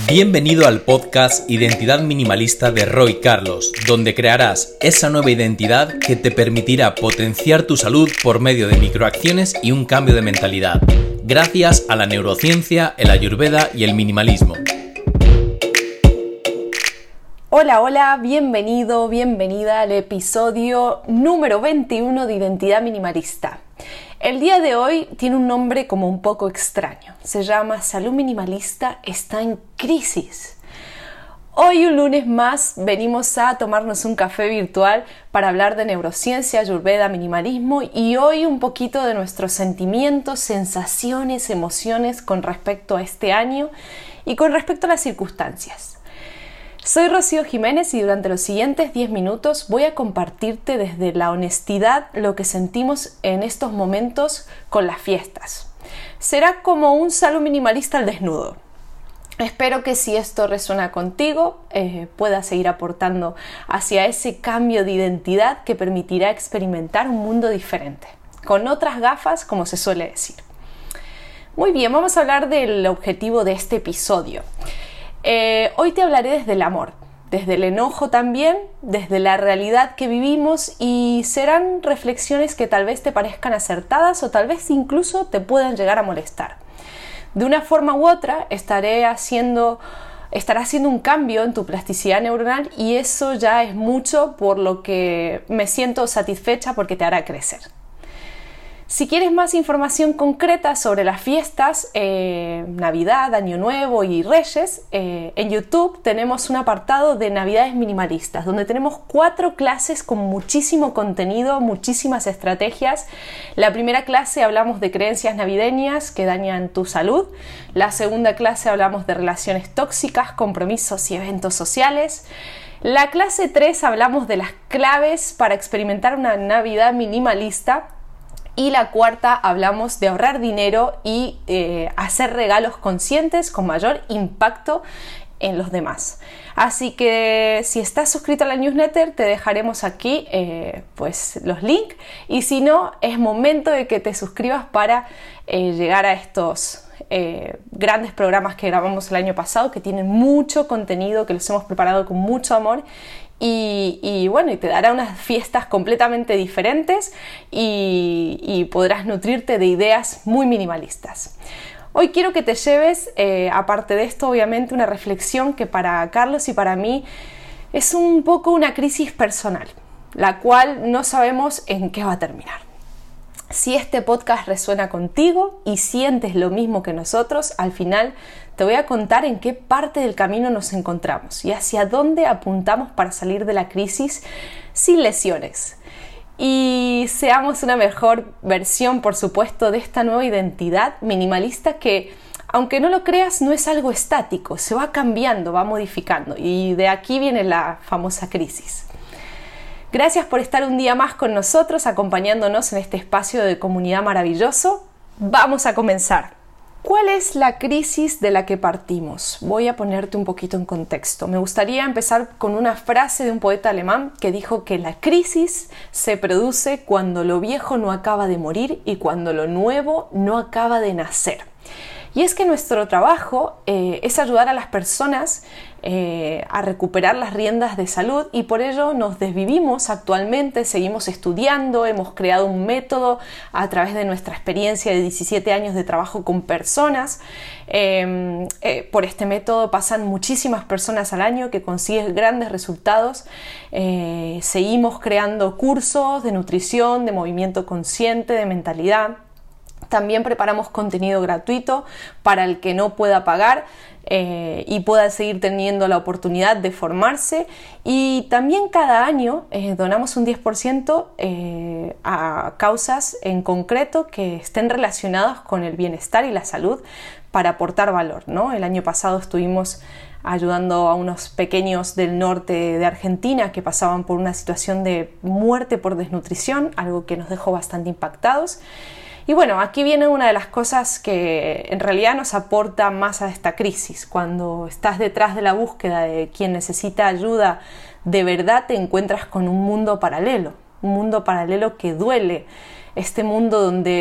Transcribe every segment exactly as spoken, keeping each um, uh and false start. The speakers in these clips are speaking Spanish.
Bienvenido al podcast Identidad Minimalista de Roy Carlos, donde crearás esa nueva identidad que te permitirá potenciar tu salud por medio de microacciones y un cambio de mentalidad, gracias a la neurociencia, el ayurveda y el minimalismo. Hola, hola, bienvenido, bienvenida al episodio número veintiuno de Identidad Minimalista. El día de hoy tiene un nombre como un poco extraño. Se llama Salud Minimalista está en crisis. Hoy, un lunes más, venimos a tomarnos un café virtual para hablar de neurociencia, ayurveda, minimalismo y hoy un poquito de nuestros sentimientos, sensaciones, emociones con respecto a este año y con respecto a las circunstancias. Soy Rocío Jiménez y durante los siguientes diez minutos voy a compartirte desde la honestidad lo que sentimos en estos momentos con las fiestas. Será como un salud minimalista al desnudo. Espero que si esto resuena contigo, eh, puedas seguir aportando hacia ese cambio de identidad que permitirá experimentar un mundo diferente, con otras gafas, como se suele decir. Muy bien, vamos a hablar del objetivo de este episodio. Eh, hoy te hablaré desde el amor, desde el enojo también, desde la realidad que vivimos y serán reflexiones que tal vez te parezcan acertadas o tal vez incluso te puedan llegar a molestar. De una forma u otra estaré haciendo, estaré haciendo un cambio en tu plasticidad neuronal y eso ya es mucho, por lo que me siento satisfecha porque te hará crecer. Si quieres más información concreta sobre las fiestas, eh, Navidad, Año Nuevo y Reyes, eh, en YouTube tenemos un apartado de Navidades Minimalistas, donde tenemos cuatro clases con muchísimo contenido, muchísimas estrategias. La primera clase hablamos de creencias navideñas que dañan tu salud. La segunda clase hablamos de relaciones tóxicas, compromisos y eventos sociales. La clase tres hablamos de las claves para experimentar una Navidad minimalista. Y la cuarta hablamos de ahorrar dinero y eh, hacer regalos conscientes con mayor impacto en los demás. Así que si estás suscrito a la newsletter te dejaremos aquí eh, pues los links y si no es momento de que te suscribas para eh, llegar a estos eh, grandes programas que grabamos el año pasado, que tienen mucho contenido, que los hemos preparado con mucho amor. Y, y bueno, y te dará unas fiestas completamente diferentes y, y podrás nutrirte de ideas muy minimalistas. Hoy quiero que te lleves, eh, aparte de esto, obviamente, una reflexión que para Carlos y para mí es un poco una crisis personal, la cual no sabemos en qué va a terminar. Si este podcast resuena contigo y sientes lo mismo que nosotros, al final te voy a contar en qué parte del camino nos encontramos y hacia dónde apuntamos para salir de la crisis sin lesiones. Y seamos una mejor versión, por supuesto, de esta nueva identidad minimalista que, aunque no lo creas, no es algo estático, se va cambiando, va modificando y de aquí viene la famosa crisis. Gracias por estar un día más con nosotros, acompañándonos en este espacio de comunidad maravilloso. Vamos a comenzar. ¿Cuál es la crisis de la que partimos? Voy a ponerte un poquito en contexto. Me gustaría empezar con una frase de un poeta alemán que dijo que la crisis se produce cuando lo viejo no acaba de morir y cuando lo nuevo no acaba de nacer. Y es que nuestro trabajo eh, es ayudar a las personas eh, a recuperar las riendas de salud y por ello nos desvivimos actualmente, seguimos estudiando, hemos creado un método a través de nuestra experiencia de diecisiete años de trabajo con personas. Eh, eh, por este método pasan muchísimas personas al año que consiguen grandes resultados. Eh, seguimos creando cursos de nutrición, de movimiento consciente, de mentalidad. También preparamos contenido gratuito para el que no pueda pagar eh, y pueda seguir teniendo la oportunidad de formarse. Y también cada año eh, donamos un diez por ciento eh, a causas en concreto que estén relacionadas con el bienestar y la salud para aportar valor, ¿no? El año pasado estuvimos ayudando a unos pequeños del norte de Argentina que pasaban por una situación de muerte por desnutrición, algo que nos dejó bastante impactados. Y bueno, aquí viene una de las cosas que en realidad nos aporta más a esta crisis. Cuando estás detrás de la búsqueda de quien necesita ayuda, de verdad te encuentras con un mundo paralelo, un mundo paralelo que duele, este mundo donde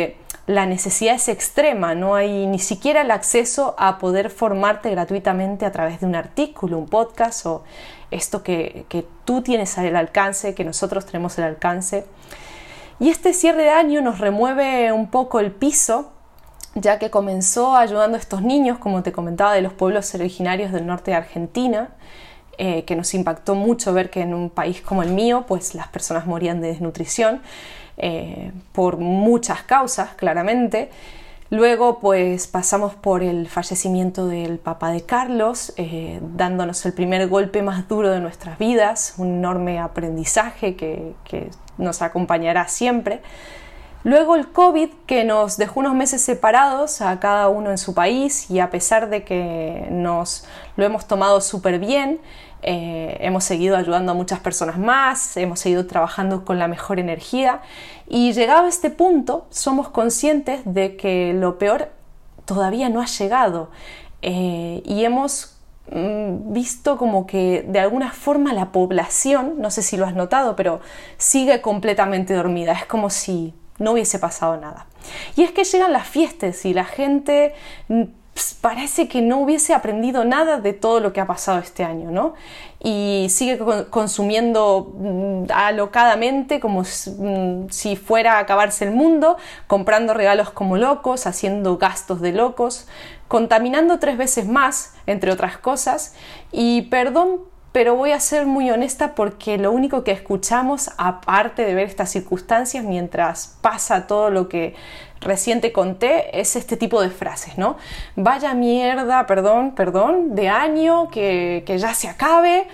la necesidad es extrema, no hay ni siquiera el acceso a poder formarte gratuitamente a través de un artículo, un podcast o esto que, que tú tienes al alcance, que nosotros tenemos al alcance. Y este cierre de año nos remueve un poco el piso, ya que comenzó ayudando a estos niños, como te comentaba, de los pueblos originarios del norte de Argentina, eh, que nos impactó mucho ver que en un país como el mío, pues las personas morían de desnutrición, eh, por muchas causas, claramente. Luego, pues pasamos por el fallecimiento del papá de Carlos, eh, dándonos el primer golpe más duro de nuestras vidas, un enorme aprendizaje que, que nos acompañará siempre. Luego el COVID, que nos dejó unos meses separados a cada uno en su país, y a pesar de que nos lo hemos tomado súper bien, eh, hemos seguido ayudando a muchas personas más, hemos seguido trabajando con la mejor energía, y llegado a este punto somos conscientes de que lo peor todavía no ha llegado, eh, y hemos mm, visto como que de alguna forma la población, no sé si lo has notado, pero sigue completamente dormida, es como si no hubiese pasado nada. Y es que llegan las fiestas y la gente pss, parece que no hubiese aprendido nada de todo lo que ha pasado este año, ¿no? Y sigue con, consumiendo mm, alocadamente como mm, si fuera a acabarse el mundo, comprando regalos como locos, haciendo gastos de locos, contaminando tres veces más, entre otras cosas. Y perdón, pero voy a ser muy honesta porque lo único que escuchamos, aparte de ver estas circunstancias mientras pasa todo lo que recién te conté, es este tipo de frases, ¿no? Vaya mierda, perdón, perdón, de año, que, que ya se acabe.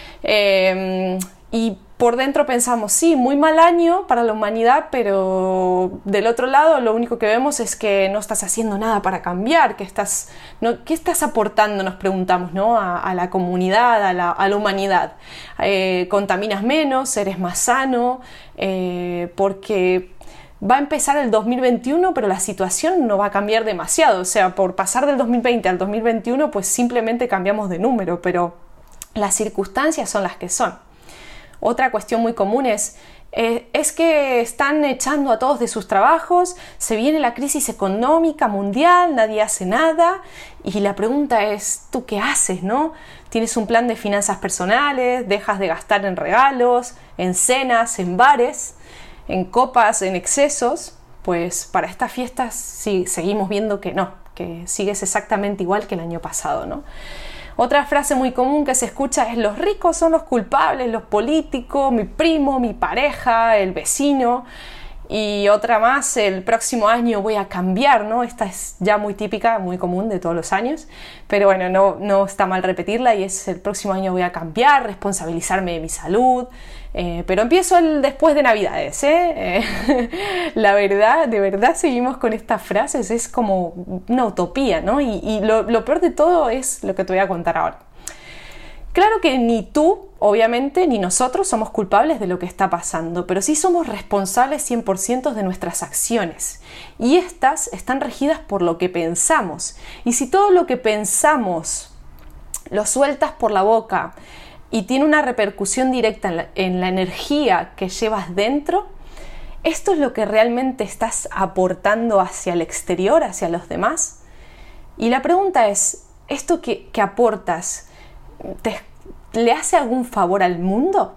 Eh, y por dentro pensamos, sí, muy mal año para la humanidad, pero del otro lado lo único que vemos es que no estás haciendo nada para cambiar, que estás, no, ¿qué estás aportando? Nos preguntamos, ¿no? a, a la comunidad, a la, a la humanidad. Eh, contaminas menos, eres más sano, eh, porque va a empezar el dos mil veintiuno, pero la situación no va a cambiar demasiado. O sea, por pasar del dos mil veinte al dos mil veintiuno, pues simplemente cambiamos de número, pero las circunstancias son las que son. Otra cuestión muy común es, eh, es que están echando a todos de sus trabajos, se viene la crisis económica mundial, nadie hace nada, y la pregunta es, ¿tú qué haces, no? ¿Tienes un plan de finanzas personales? ¿Dejas de gastar en regalos, en cenas, en bares, en copas, en excesos? Pues para estas fiestas sí, seguimos viendo que no, que sigues exactamente igual que el año pasado, ¿no? Otra frase muy común que se escucha es: los ricos son los culpables, los políticos, mi primo, mi pareja, el vecino. Y otra más: el próximo año voy a cambiar, ¿no? Esta es ya muy típica, muy común de todos los años, pero bueno, no, no está mal repetirla, y es: el próximo año voy a cambiar, responsabilizarme de mi salud. Eh, pero empiezo el después de Navidades, ¿eh? Eh, la verdad, de verdad seguimos con estas frases, es como una utopía, ¿no? Y, y lo, lo peor de todo es lo que te voy a contar ahora. Claro que ni tú, obviamente, ni nosotros somos culpables de lo que está pasando, pero sí somos responsables cien por ciento de nuestras acciones. Y estas están regidas por lo que pensamos. Y si todo lo que pensamos lo sueltas por la boca y tiene una repercusión directa en la, en la energía que llevas dentro, ¿esto es lo que realmente estás aportando hacia el exterior, hacia los demás? Y la pregunta es, ¿esto que, que aportas te, le hace algún favor al mundo?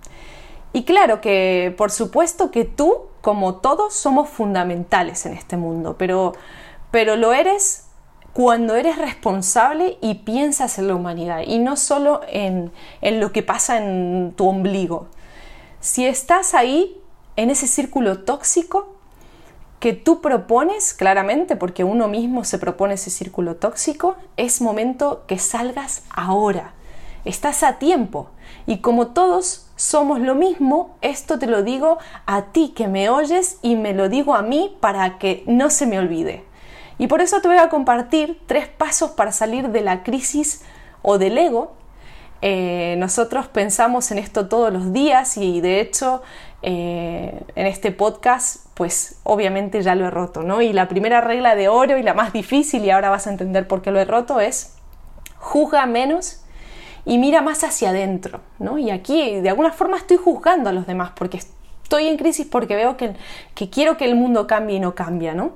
Y claro que, por supuesto que tú, como todos, somos fundamentales en este mundo, pero, pero lo eres cuando eres responsable y piensas en la humanidad y no solo en, en lo que pasa en tu ombligo. Si estás ahí, en ese círculo tóxico que tú propones, claramente, porque uno mismo se propone ese círculo tóxico, es momento que salgas ahora. Estás a tiempo. Y como todos somos lo mismo, esto te lo digo a ti que me oyes y me lo digo a mí para que no se me olvide. Y por eso te voy a compartir tres pasos para salir de la crisis o del ego. Eh, nosotros pensamos en esto todos los días y de hecho eh, en este podcast pues obviamente ya lo he roto, ¿no? Y la primera regla de oro y la más difícil, y ahora vas a entender por qué lo he roto, es: juzga menos y mira más hacia adentro, ¿no? Y aquí de alguna forma estoy juzgando a los demás porque estoy en crisis porque veo que, que quiero que el mundo cambie y no cambia, ¿no?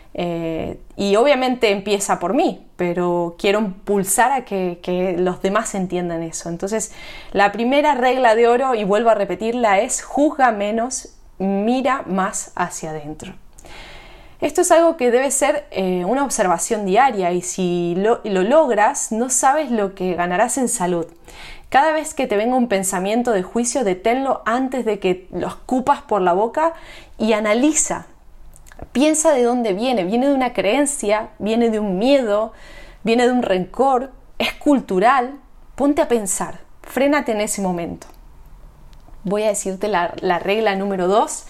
Eh, y obviamente empieza por mí, pero quiero impulsar a que, que los demás entiendan eso. Entonces, la primera regla de oro, y vuelvo a repetirla, es juzga menos, mira más hacia adentro. Esto es algo que debe ser eh, una observación diaria, y si lo, lo logras, no sabes lo que ganarás en salud. Cada vez que te venga un pensamiento de juicio, deténlo antes de que lo escupas por la boca y analiza. Piensa de dónde viene. Viene de una creencia, viene de un miedo, viene de un rencor, es cultural. Ponte a pensar, frénate en ese momento. Voy a decirte la, la regla número dos.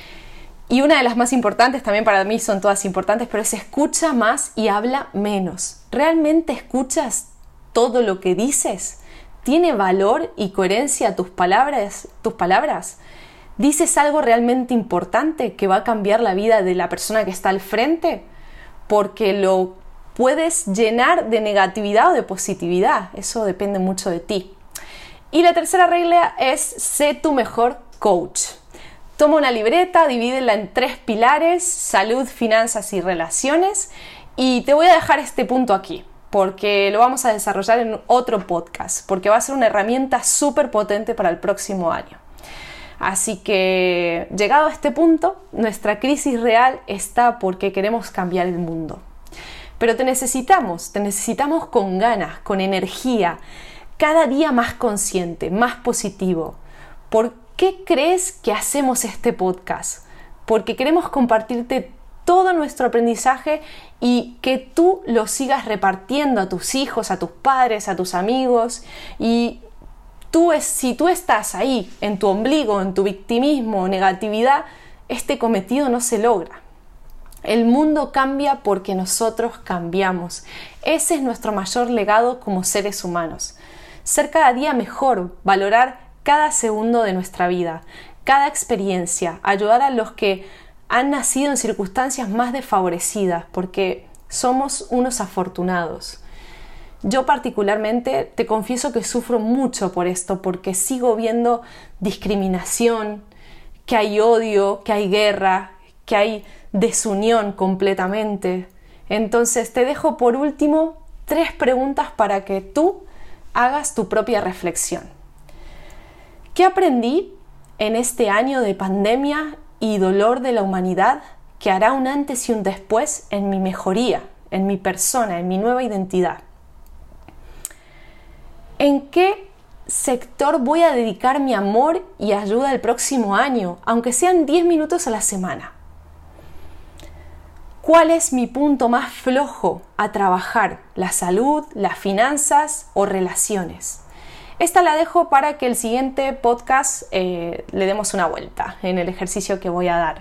Y una de las más importantes, también para mí son todas importantes, pero es escucha más y habla menos. ¿Realmente escuchas todo lo que dices? ¿Tiene valor y coherencia tus palabras? ¿Tus palabras? ¿Dices algo realmente importante que va a cambiar la vida de la persona que está al frente? Porque lo puedes llenar de negatividad o de positividad. Eso depende mucho de ti. Y la tercera regla es sé tu mejor coach. Toma una libreta, divídela en tres pilares: salud, finanzas y relaciones. Y te voy a dejar este punto aquí, porque lo vamos a desarrollar en otro podcast, porque va a ser una herramienta súper potente para el próximo año. Así que, llegado a este punto, nuestra crisis real está porque queremos cambiar el mundo. Pero te necesitamos, te necesitamos con ganas, con energía, cada día más consciente, más positivo. ¿Por qué crees que hacemos este podcast? Porque queremos compartirte todo nuestro aprendizaje y que tú lo sigas repartiendo a tus hijos, a tus padres, a tus amigos. Y tú es, si tú estás ahí, en tu ombligo, en tu victimismo, negatividad, este cometido no se logra. El mundo cambia porque nosotros cambiamos. Ese es nuestro mayor legado como seres humanos. Ser cada día mejor, valorar cada segundo de nuestra vida, cada experiencia, ayudar a los que han nacido en circunstancias más desfavorecidas, porque somos unos afortunados. Yo particularmente te confieso que sufro mucho por esto, porque sigo viendo discriminación, que hay odio, que hay guerra, que hay desunión completamente. Entonces te dejo por último tres preguntas para que tú hagas tu propia reflexión. ¿Qué aprendí en este año de pandemia y dolor de la humanidad que hará un antes y un después en mi mejoría, en mi persona, en mi nueva identidad? ¿En qué sector voy a dedicar mi amor y ayuda el próximo año, aunque sean diez minutos a la semana? ¿Cuál es mi punto más flojo a trabajar? ¿La salud, las finanzas o relaciones? Esta la dejo para que el siguiente podcast eh, le demos una vuelta en el ejercicio que voy a dar.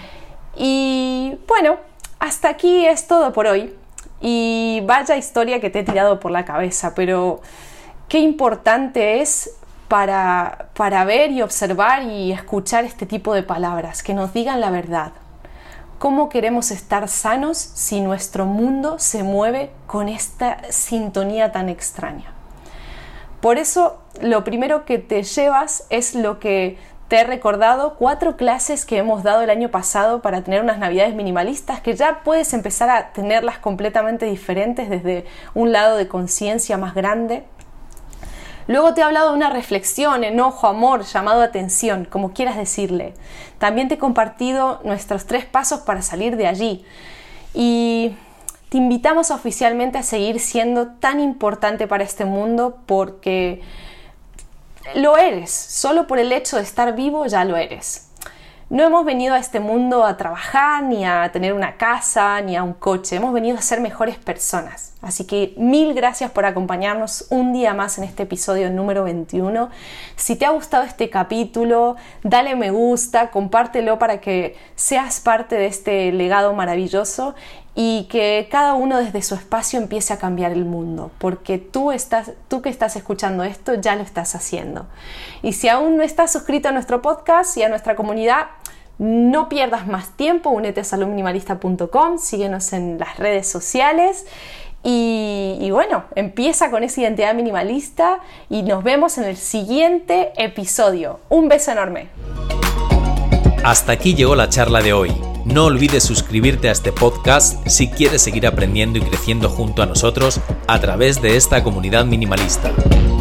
Y bueno, hasta aquí es todo por hoy. Y vaya historia que te he tirado por la cabeza, pero qué importante es para, para ver y observar y escuchar este tipo de palabras, que nos digan la verdad. ¿Cómo queremos estar sanos si nuestro mundo se mueve con esta sintonía tan extraña? Por eso, lo primero que te llevas es lo que te he recordado, cuatro clases que hemos dado el año pasado para tener unas navidades minimalistas, que ya puedes empezar a tenerlas completamente diferentes desde un lado de conciencia más grande. Luego te he hablado de una reflexión, enojo, amor, llamado a atención, como quieras decirle. También te he compartido nuestros tres pasos para salir de allí. Y te invitamos oficialmente a seguir siendo tan importante para este mundo, porque lo eres. Solo por el hecho de estar vivo ya lo eres. No hemos venido a este mundo a trabajar, ni a tener una casa, ni a un coche. Hemos venido a ser mejores personas. Así que mil gracias por acompañarnos un día más en este episodio número veintiuno. Si te ha gustado este capítulo, dale me gusta, compártelo para que seas parte de este legado maravilloso y que cada uno desde su espacio empiece a cambiar el mundo, porque tú, estás, tú que estás escuchando esto ya lo estás haciendo. Y si aún no estás suscrito a nuestro podcast y a nuestra comunidad, no pierdas más tiempo, únete a salud minimalista punto com, síguenos en las redes sociales y, y bueno, empieza con esa identidad minimalista y nos vemos en el siguiente episodio. Un beso enorme. Hasta aquí llegó la charla de hoy. No olvides suscribirte a este podcast si quieres seguir aprendiendo y creciendo junto a nosotros a través de esta comunidad minimalista.